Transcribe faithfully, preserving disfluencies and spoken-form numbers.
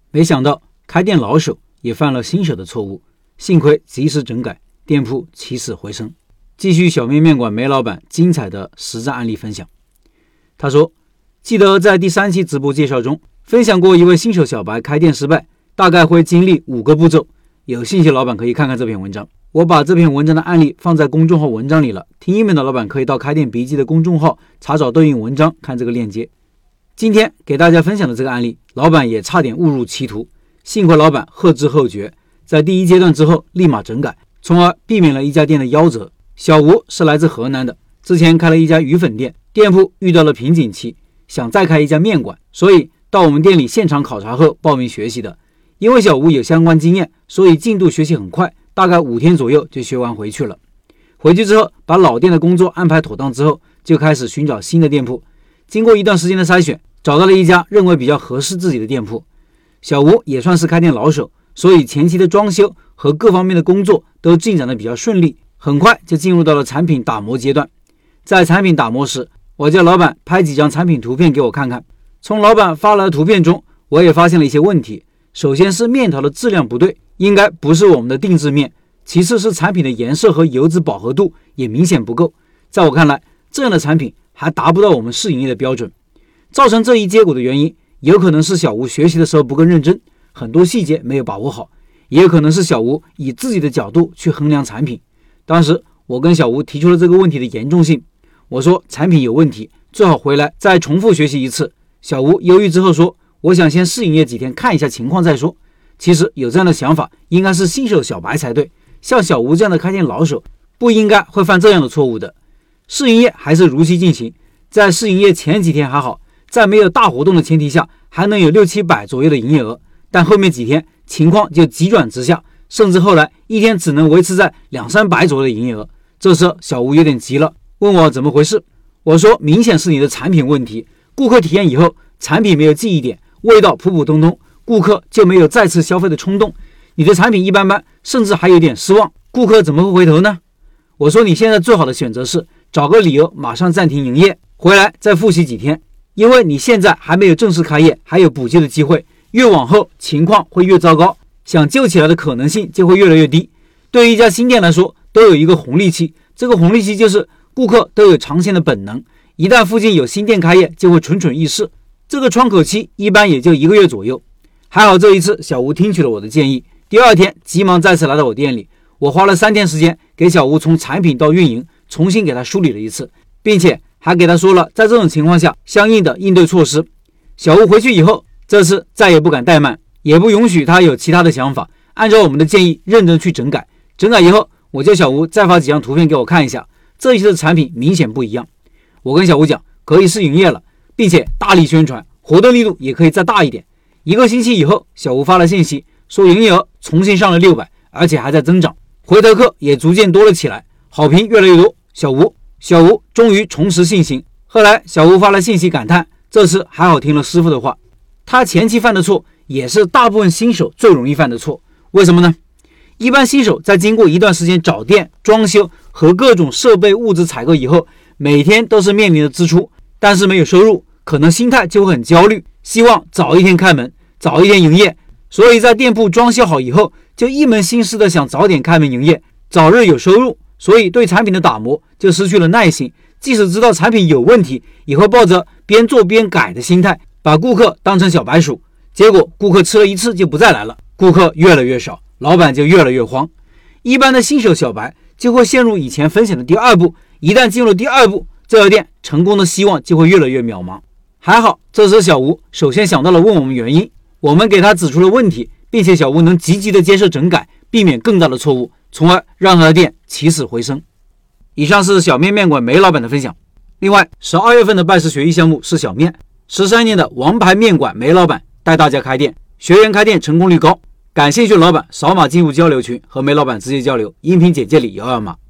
没想到开店老手也犯了新手的错误，幸亏及时整改，店铺起死回生。继续小面面馆梅老板精彩的实战案例分享。他说，记得在第三期直播介绍中分享过一位新手小白开店失败，大概会经历五个步骤，有兴趣的老板可以看看这篇文章。我把这篇文章的案例放在公众号文章里了，听音频的老板可以到开店笔记的公众号查找对应文章，看这个链接。今天给大家分享的这个案例，老板也差点误入歧途，幸亏老板后知后觉，在第一阶段之后立马整改，从而避免了一家店的夭折。小吴是来自河南的，之前开了一家鱼粉店，店铺遇到了瓶颈期，想再开一家面馆，所以到我们店里现场考察后报名学习的。因为小吴有相关经验，所以进度学习很快，大概五天左右就学完回去了。回去之后把老店的工作安排妥当之后，就开始寻找新的店铺。经过一段时间的筛选，找到了一家认为比较合适自己的店铺。小吴也算是开店老手，所以前期的装修和各方面的工作都进展的比较顺利，很快就进入到了产品打磨阶段。在产品打磨时，我叫老板拍几张产品图片给我看看。从老板发来的图片中，我也发现了一些问题。首先是面条的质量不对，应该不是我们的定制面。其次是产品的颜色和油脂饱和度也明显不够。在我看来，这样的产品还达不到我们试营业的标准。造成这一结果的原因，有可能是小吴学习的时候不够认真，很多细节没有把握好，也有可能是小吴以自己的角度去衡量产品。当时我跟小吴提出了这个问题的严重性，我说产品有问题，最好回来再重复学习一次。小吴犹豫之后说，我想先试营业几天看一下情况再说。其实有这样的想法应该是新手小白才对，像小吴这样的开店老手不应该会犯这样的错误的。试营业还是如期进行，在试营业前几天还好，在没有大活动的前提下还能有六七百左右的营业额，但后面几天情况就急转直下，甚至后来一天只能维持在两三百左右的营业额。这时候小吴有点急了，问我怎么回事。我说明显是你的产品问题，顾客体验以后产品没有记忆点，味道普普通通，顾客就没有再次消费的冲动，你的产品一般般，甚至还有点失望，顾客怎么会回头呢？我说你现在最好的选择是找个理由马上暂停营业，回来再复习几天，因为你现在还没有正式开业，还有补救的机会，越往后情况会越糟糕，想救起来的可能性就会越来越低。对于一家新店来说，都有一个红利期，这个红利期就是顾客都有尝鲜的本能，一旦附近有新店开业就会蠢蠢欲试，这个窗口期一般也就一个月左右。还好这一次小吴听取了我的建议，第二天急忙再次来到我店里，我花了三天时间给小吴从产品到运营重新给他梳理了一次，并且还给他说了在这种情况下相应的应对措施。小吴回去以后，这次再也不敢怠慢，也不允许他有其他的想法，按照我们的建议认真去整改。整改以后，我叫小吴再发几张图片给我看一下，这一次的产品明显不一样。我跟小吴讲可以试营业了，并且大力宣传，活动力度也可以再大一点。一个星期以后，小吴发了信息说营业额重新上了六百，而且还在增长，回头客也逐渐多了起来，好评越来越多。小吴小吴终于重拾信心。后来小吴发了信息感叹，这次还好听了师傅的话。他前期犯的错也是大部分新手最容易犯的错，为什么呢？一般新手在经过一段时间找店、装修和各种设备物质采购以后，每天都是面临的支出，但是没有收入，可能心态就会很焦虑，希望早一天开门，早一天营业，所以在店铺装修好以后，就一门心思的想早点开门营业，早日有收入，所以对产品的打磨就失去了耐心，即使知道产品有问题，也会抱着边做边改的心态，把顾客当成小白鼠，结果顾客吃了一次就不再来了，顾客越来越少，老板就越来越慌。一般的新手小白就会陷入以前分享的第二步，一旦进入了第二步，这家店成功的希望就会越来越渺茫。还好这时小吴首先想到了问我们原因，我们给他指出了问题，并且小吴能积极的接受整改，避免更大的错误，从而让他的店起死回生。以上是小面面馆梅老板的分享。另外十二月份的拜师学艺项目是小面，十三年的王牌面馆梅老板带大家开店，学员开店成功率高，感兴趣的老板扫码进入交流群和梅老板直接交流，音频简介里有二维码。